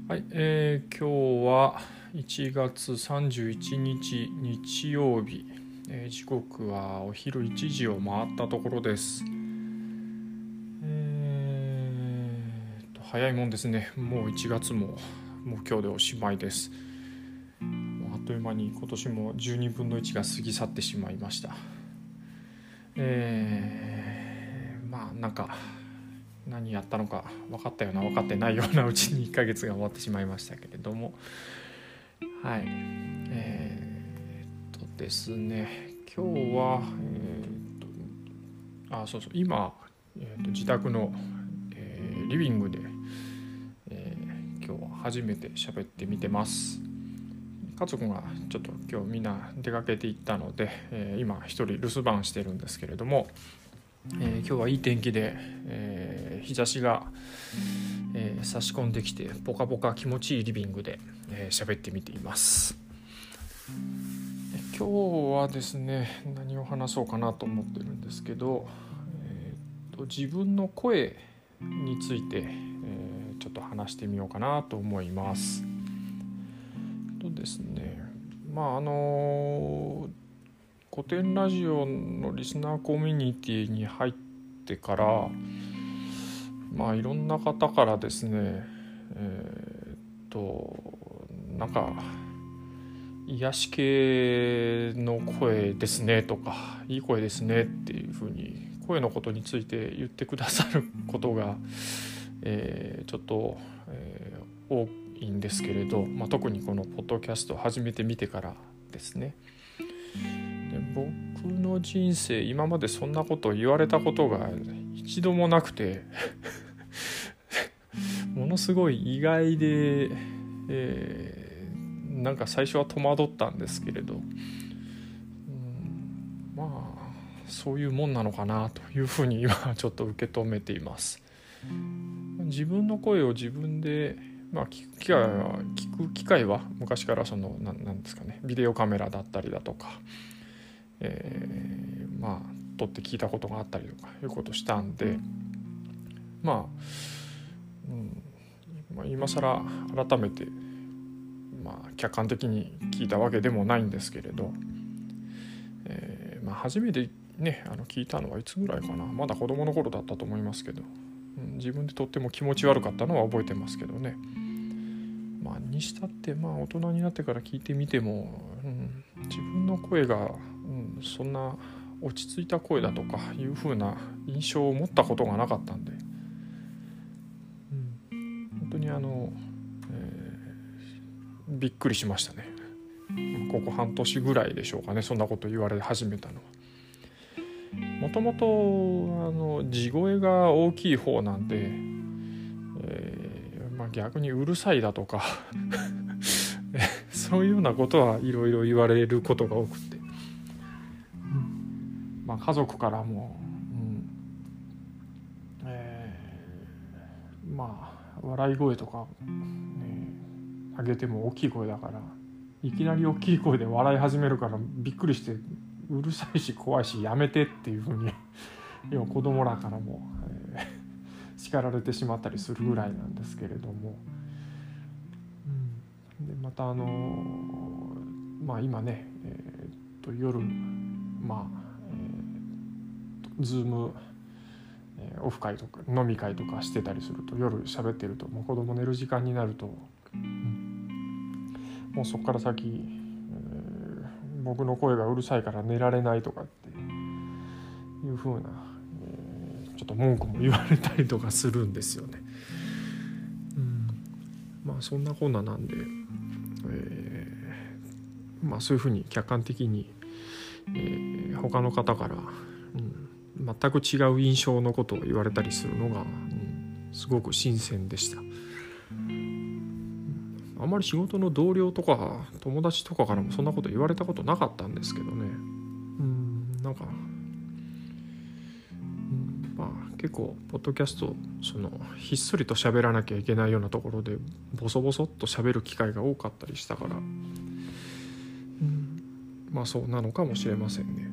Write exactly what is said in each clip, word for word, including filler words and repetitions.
はい、えー、今日はいちがつさんじゅういちにち日曜日、えー、時刻はお昼いちじを回ったところです。えーと早いもんですね。もういちがつももう今日でおしまいです。もうあっという間に今年もじゅうにぶんのいちが過ぎ去ってしまいました。えー、まあなんか何やったのか分かったような分かってないようなうちにいっかげつが終わってしまいましたけれども、はい、えー、っとですね今日は、えー、っとあそうそう今、えー、っと自宅の、えー、リビングで、えー、今日は初めて喋ってみてます。家族がちょっと今日みんな出かけていったので、えー、今一人留守番してるんですけれども、えー、今日はいい天気で、えー、日差しが、えー、差し込んできてポカポカ気持ちいいリビングで喋、えー、ってみています。今日はですね何を話そうかなと思ってるんですけど、えー、と自分の声について、えー、ちょっと話してみようかなと思います。とですねまああの古典ラジオのリスナーコミュニティに入ってからまあいろんな方からですねえー、っとなんか癒し系の声ですねとかいい声ですねっていう風に声のことについて言ってくださることが、えー、ちょっと、えー、多いんですけれど、まあ、特にこのポッドキャストを始めてみてからですね。で僕の人生今までそんなことを言われたことが一度もなくてものすごい意外で、えー、なんか最初は戸惑ったんですけれど、うん、まあそういうもんなのかなというふうに今ちょっと受け止めています。自分の声を自分で、まあ、聞く機会は聞く機会は昔からそのな、なんですかねビデオカメラだったりだとか、えー、まあ撮って聞いたことがあったりとかいうことしたんで、まあ、うんまあ、今更改めて、まあ、客観的に聞いたわけでもないんですけれど、えーまあ、初めてねあの聞いたのはいつぐらいかな、まだ子供の頃だったと思いますけど、うん、自分でとっても気持ち悪かったのは覚えてますけどね。まあ、にしたってまあ大人になってから聞いてみても、うん、自分の声が、うん、そんな落ち着いた声だとかいう風な印象を持ったことがなかったんで、うん、本当にあの、えー、びっくりしましたね。ここ半年ぐらいでしょうかね、そんなこと言われ始めたのは。もともとあの地声が大きい方なんで、えーまあ、逆にうるさいだとかそういうようなことはいろいろ言われることが多くて、まあ、家族からも、うんえー、まあ笑い声とか、ね、上げても大きい声だからいきなり大きい声で笑い始めるからびっくりしてうるさいし怖いしやめてっていうふうに要は子供らからも、えー、叱られてしまったりするぐらいなんですけれども、うん、でまたあのー、まあ今ね、えー、と夜まあ、えー、ズームオフ会とか飲み会とかしてたりすると夜喋ってるともう子供寝る時間になると、うん、もうそこから先、えー、僕の声がうるさいから寝られないとかっていう風な、えー、ちょっと文句も言われたりとかするんですよね。うん、まあそんなこんななんで、えー、まあそういう風に客観的に、えー、他の方から、うん全く違う印象のことを言われたりするのが、うん、すごく新鮮でした。あんまり仕事の同僚とか友達とかからもそんなこと言われたことなかったんですけどね。うんなんか、うんまあ、結構ポッドキャストそのひっそりと喋らなきゃいけないようなところでボソボソっと喋る機会が多かったりしたから、うん、まあそうなのかもしれませんね。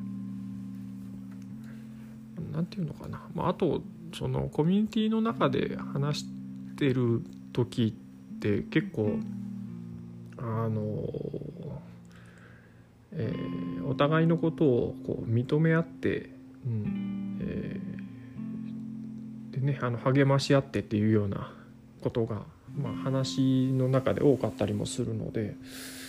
なんていうのかな、まあ、あとそのコミュニティの中で話してる時っって結構あの、えー、お互いのことをこう認め合って、うんえー、でねあの励まし合ってっていうようなことが、まあ、話の中で多かったりもするので、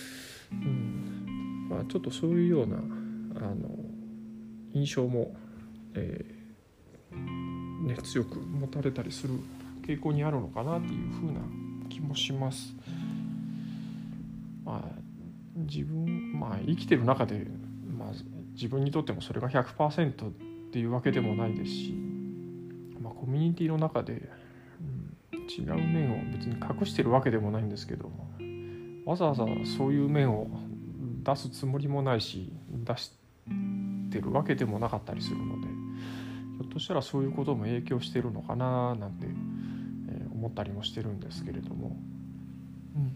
うんまあ、ちょっとそういうようなあの印象も、えーね、強く持たれたりする傾向にあるのかなっていうふうな気もします。まあ、自分、まあ、生きてる中で、まあ、自分にとってもそれが ひゃくパーセント っていうわけでもないですし、まあ、コミュニティの中で、うん、違う面を別に隠してるわけでもないんですけど、わざわざそういう面を出すつもりもないし出してるわけでもなかったりするので、ひょっとしたらそういうことも影響してるのかななんて、えー、思ったりもしてるんですけれども、うん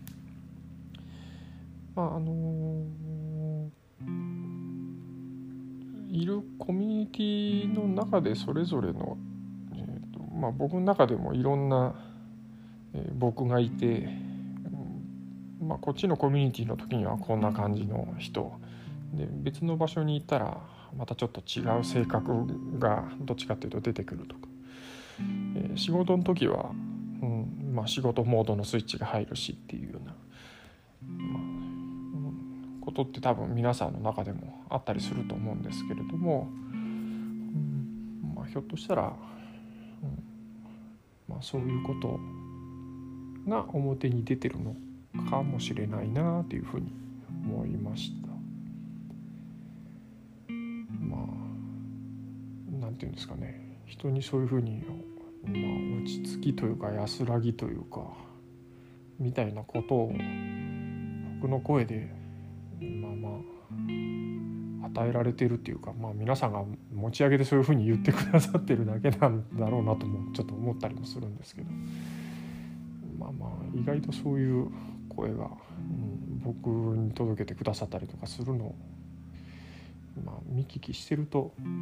まああのー、いるコミュニティの中でそれぞれの、えーとまあ、僕の中でもいろんな、えー、僕がいて、うんまあ、こっちのコミュニティの時にはこんな感じの人で、別の場所に行ったらまたちょっと違う性格がどっちかというと出てくるとか、えー、仕事の時は、うんまあ、仕事モードのスイッチが入るしっていうような、まあことって多分皆さんの中でもあったりすると思うんですけれども、うんまあ、ひょっとしたら、うんまあ、そういうことが表に出てるのかもしれないなというふうに思いました。まあなんていうんですかね、人にそういうふうに、まあ、落ち着きというか安らぎというかみたいなことを僕の声でまあまあ与えられているっていうか、まあ、皆さんが持ち上げてそういうふうに言ってくださってるだけなんだろうなともちょっと思ったりもするんですけど、まあまあ意外とそういう声が、うん、僕に届けてくださったりとかするのを、まあ、見聞きしてると、うん、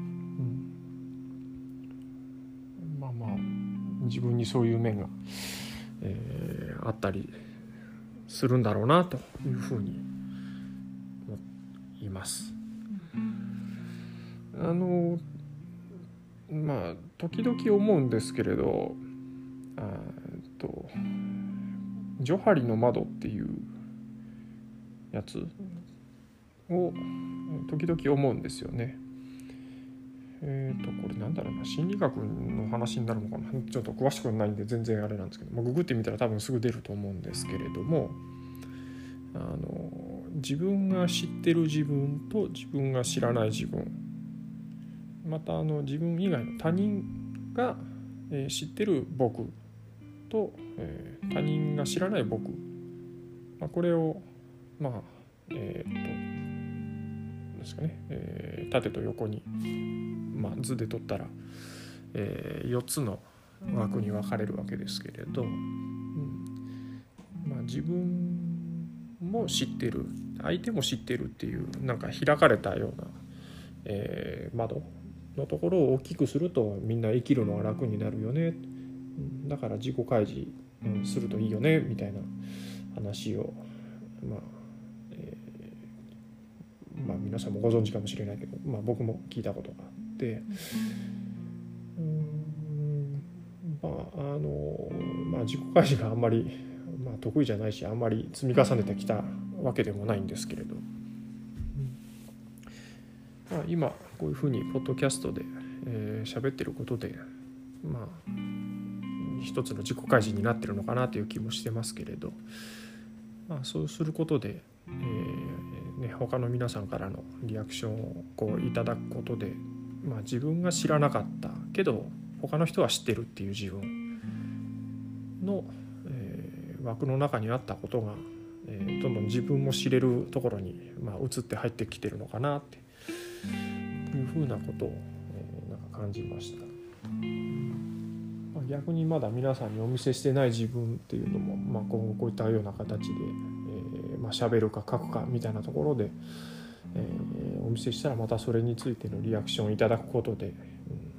まあまあ自分にそういう面が、えー、あったりするんだろうなというふうに思います。あのまあ時々思うんですけれど、あとジョハリの窓っていうやつを時々思うんですよね。えーとこれなんだろうな、心理学の話になるのかな、ちょっと詳しくないんで全然あれなんですけど、まあ、ググってみたら多分すぐ出ると思うんですけれども、あの自分が知ってる自分と自分が知らない自分、またあの自分以外の他人が、えー、知ってる僕と、えー、他人が知らない僕、まあ、これをまあえー、っとですかね、えー、縦と横に、まあ、図で取ったら、えー、よっつの枠に分かれるわけですけれど、うんまあ、自分も知ってる相手も知ってるっていうなんか開かれたような、えー、窓のところを大きくするとみんな生きるのは楽になるよね、だから自己開示、うん、するといいよねみたいな話を、まあえーまあ、皆さんもご存知かもしれないけど、まあ、僕も聞いたことがあって、うーんまああのまあ自己開示があんまり、まあ、得意じゃないしあんまり積み重ねてきたわけでもないんですけれど、まあ、今こういうふうにポッドキャストで喋、えー、ってることでまあ一つの自己開示になってるのかなという気もしてますけれど、まあ、そうすることで、えーね、他の皆さんからのリアクションをこういただくことで、まあ、自分が知らなかったけど他の人は知ってるっていう自分の、えー、枠の中にあったことが、えー、どんどん自分も知れるところに、まあ、移って入ってきてるのかなっていうふうなことを、えー、なんか感じました。逆にまだ皆さんにお見せしてない自分っていうのも、まあ、今後こういったような形で、えーまあ、喋るか書くかみたいなところで、えー、お見せしたらまたそれについてのリアクションをいただくことで、うん、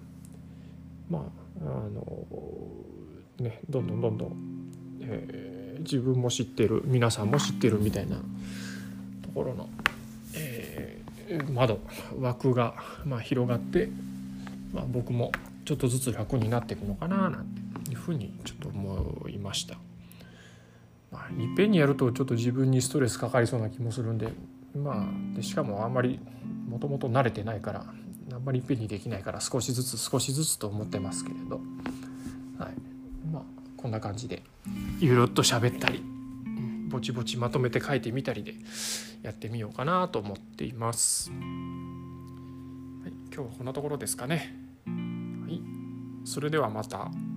まああのねどんどんどんどん、え自分も知ってる皆さんも知ってるみたいなところの、えー、窓枠が、まあ、広がって、まあ、僕もちょっとずつ楽になっていくのかななんていうふうにちょっと思いました。まあ、いっぺんにやるとちょっと自分にストレスかかりそうな気もするんで、まあ、でしかもあんまりもともと慣れてないからあんまりいっぺんにできないから少しずつ少しずつと思ってますけれど、はい、まあこんな感じでゆるっと喋ったりぼちぼちまとめて書いてみたりでやってみようかなと思っています。はい、今日はこんなところですかね。はい、それではまた。